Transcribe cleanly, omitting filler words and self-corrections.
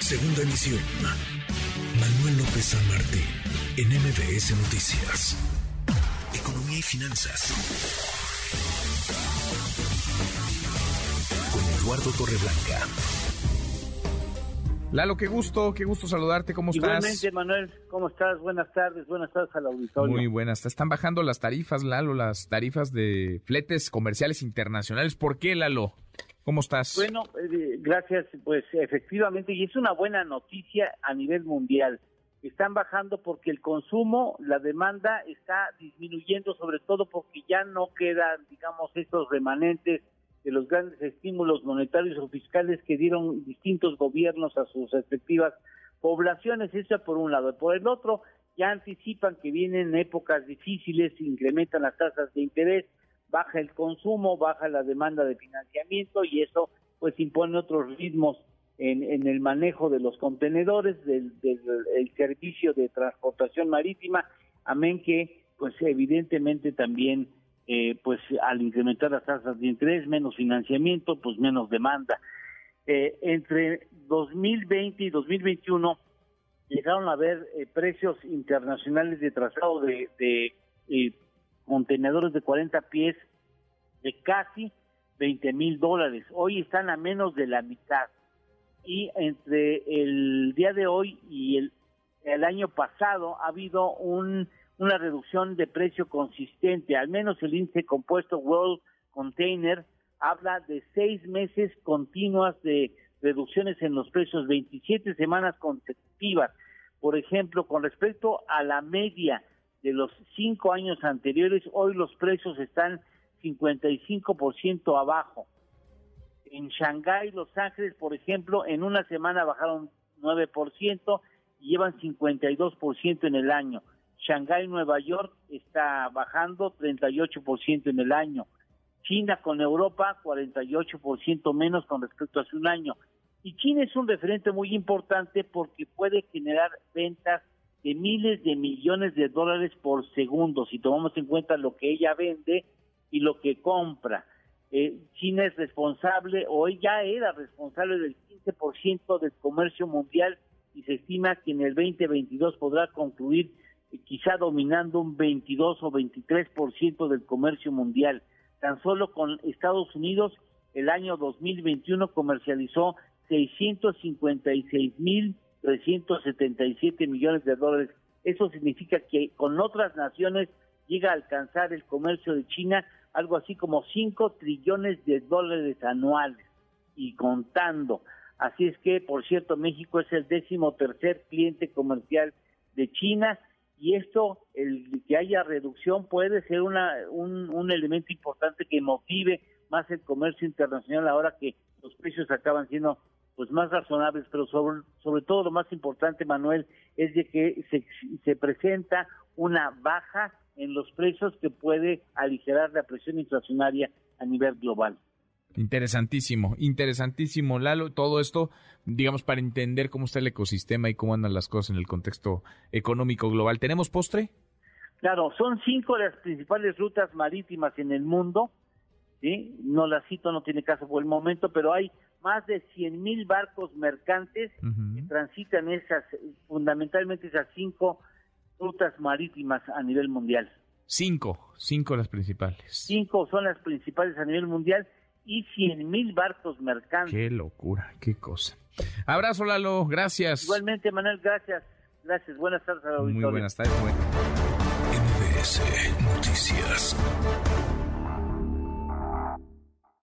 Segunda emisión. Manuel López San Martín, en MBS Noticias. Economía y finanzas. Con Eduardo Torreblanca. Lalo, qué gusto saludarte, ¿cómo estás? Igualmente, Manuel, ¿cómo estás? Buenas tardes al auditorio. Muy buenas, están bajando las tarifas, Lalo, las tarifas de fletes comerciales internacionales. ¿Por qué, Lalo? ¿Cómo estás? Bueno, gracias, pues efectivamente, y es una buena noticia a nivel mundial. Están bajando porque el consumo, la demanda está disminuyendo, sobre todo porque ya no quedan, digamos, estos remanentes de los grandes estímulos monetarios o fiscales que dieron distintos gobiernos a sus respectivas poblaciones. Eso por un lado. Por el otro, ya anticipan que vienen épocas difíciles, se incrementan las tasas de interés, baja el consumo, baja la demanda de financiamiento y eso pues impone otros ritmos en el manejo de los contenedores, del el servicio de transportación marítima, amén que pues evidentemente también pues al incrementar las tasas de interés, menos financiamiento, pues menos demanda. Entre 2020 y 2021 llegaron a haber precios internacionales de trazado de contenedores de 40 pies de casi $20,000. Hoy están a menos de la mitad. Y entre el día de hoy y el año pasado ha habido una reducción de precio consistente. Al menos el índice compuesto World Container habla de 6 meses continuas de reducciones en los precios, 27 semanas consecutivas. Por ejemplo, con respecto a la media de los 5 años anteriores, hoy los precios están 55% abajo. En Shanghái, Los Ángeles, por ejemplo, en una semana bajaron 9% y llevan 52% en el año. Shanghái, Nueva York está bajando 38% en el año. China con Europa 48% menos con respecto a hace un año. Y China es un referente muy importante porque puede generar ventas de miles de millones de dólares por segundo, si tomamos en cuenta lo que ella vende y lo que compra. China es responsable, o ya era responsable del 15% del comercio mundial y se estima que en el 2022 podrá concluir quizá dominando un 22 o 23% del comercio mundial. Tan solo con Estados Unidos, el año 2021 comercializó 656,377 millones de dólares. Eso significa que con otras naciones llega a alcanzar el comercio de China algo así como 5 trillones de dólares anuales y contando. Así es que, por cierto, México es el 13º cliente comercial de China y esto, el que haya reducción puede ser un elemento importante que motive más el comercio internacional ahora que los precios acaban siendo pues más razonables, pero sobre todo lo más importante, Manuel, es de que se presenta una baja en los precios que puede aligerar la presión inflacionaria a nivel global. Interesantísimo, Lalo, todo esto, digamos, para entender cómo está el ecosistema y cómo andan las cosas en el contexto económico global. ¿Tenemos postre? Claro, son 5 las principales rutas marítimas en el mundo, ¿sí? No las cito, no tiene caso por el momento, pero hay más de 100,000 barcos mercantes que transitan fundamentalmente esas 5 rutas marítimas a nivel mundial. 5 las principales. 5 son las principales a nivel mundial y 100,000 barcos mercantes. Qué locura, qué cosa. Abrazo, Lalo, gracias. Igualmente, Manuel, gracias. Buenas tardes a la auditorio. Muy buenas tardes. MBS Noticias.